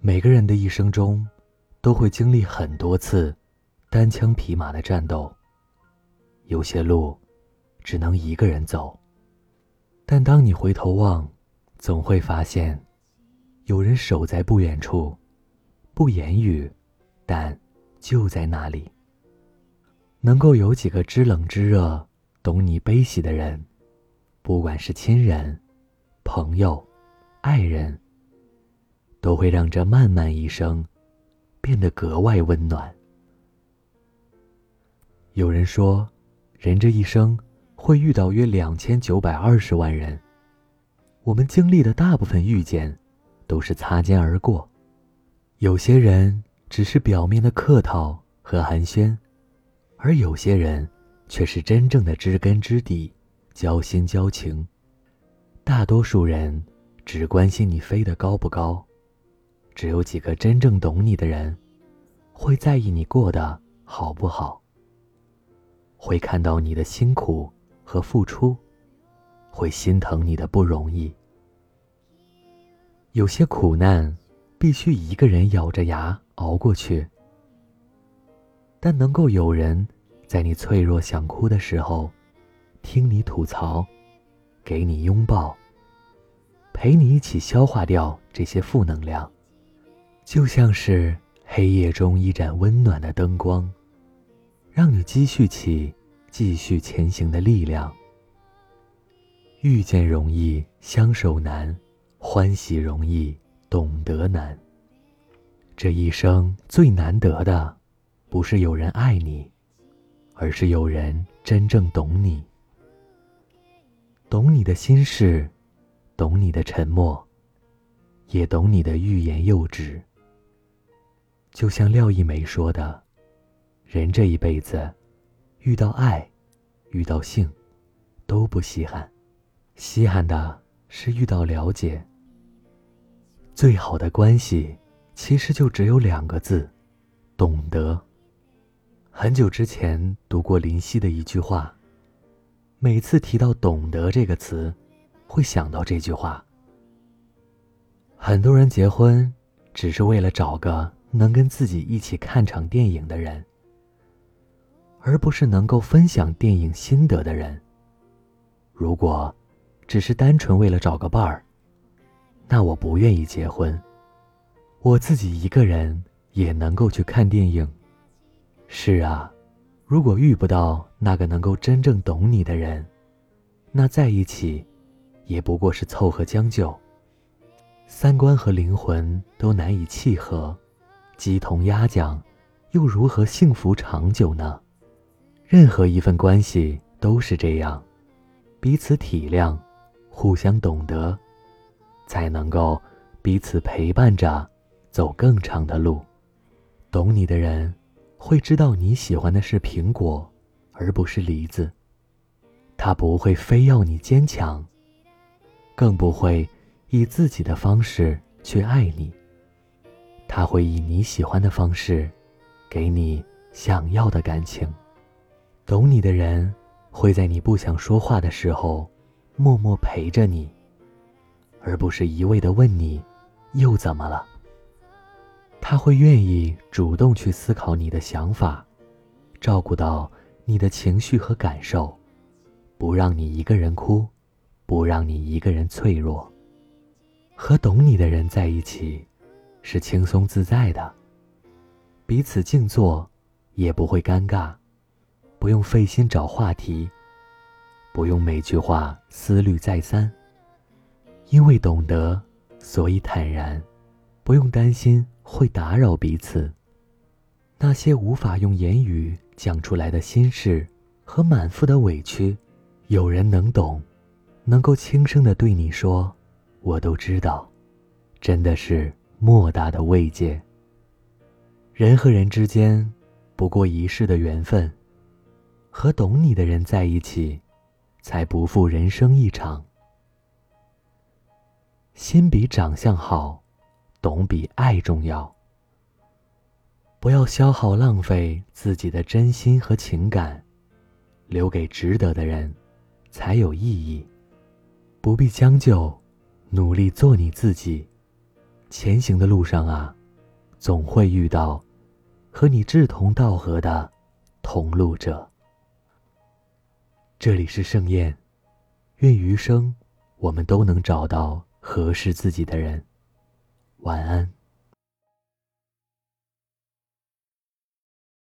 每个人的一生中，都会经历很多次单枪匹马的战斗。有些路只能一个人走，但当你回头望，总会发现有人守在不远处，不言语，但就在那里。能够有几个知冷知热，懂你悲喜的人，不管是亲人、朋友、爱人，都会让这漫漫一生变得格外温暖。有人说，人这一生会遇到约2920万人，我们经历的大部分遇见都是擦肩而过。有些人只是表面的客套和寒暄，而有些人却是真正的知根知底，交心交情。大多数人只关心你飞得高不高，只有几个真正懂你的人，会在意你过得好不好，会看到你的辛苦和付出，会心疼你的不容易。有些苦难必须一个人咬着牙熬过去，但能够有人在你脆弱想哭的时候，听你吐槽，给你拥抱，陪你一起消化掉这些负能量，就像是黑夜中一盏温暖的灯光，让你积蓄起继续前行的力量。遇见容易相守难，欢喜容易懂得难。这一生最难得的，不是有人爱你，而是有人真正懂你，懂你的心事，懂你的沉默，也懂你的欲言又止。就像廖一梅说的，人这一辈子，遇到爱，遇到性，都不稀罕，稀罕的是遇到了解。最好的关系，其实就只有2个字，懂得。很久之前读过林夕的一句话，每次提到懂得这个词，会想到这句话。很多人结婚，只是为了找个能跟自己一起看场电影的人，而不是能够分享电影心得的人。如果只是单纯为了找个伴儿，那我不愿意结婚。我自己一个人也能够去看电影。是啊，如果遇不到那个能够真正懂你的人，那在一起也不过是凑合将就。三观和灵魂都难以契合，鸡同鸭讲，又如何幸福长久呢？任何一份关系都是这样，彼此体谅，互相懂得，才能够彼此陪伴着走更长的路。懂你的人会知道你喜欢的是苹果，而不是梨子。他不会非要你坚强，更不会以自己的方式去爱你。他会以你喜欢的方式，给你想要的感情。懂你的人会在你不想说话的时候，默默陪着你，而不是一味地问你又怎么了。他会愿意主动去思考你的想法，照顾到你的情绪和感受，不让你一个人哭，不让你一个人脆弱。和懂你的人在一起，是轻松自在的，彼此静坐也不会尴尬，不用费心找话题，不用每句话思虑再三。因为懂得，所以坦然，不用担心会打扰彼此。那些无法用言语讲出来的心事和满腹的委屈，有人能懂，能够轻声地对你说，我都知道，真的是莫大的慰藉。人和人之间，不过一世的缘分，和懂你的人在一起，才不负人生一场。心比长相好，懂比爱重要。不要消耗浪费自己的真心和情感，留给值得的人，才有意义。不必将就，努力做你自己。前行的路上啊， 总会遇到和你志同道合的同路者。这里是盛宴，愿余生我们都能找到合适自己的人。晚安。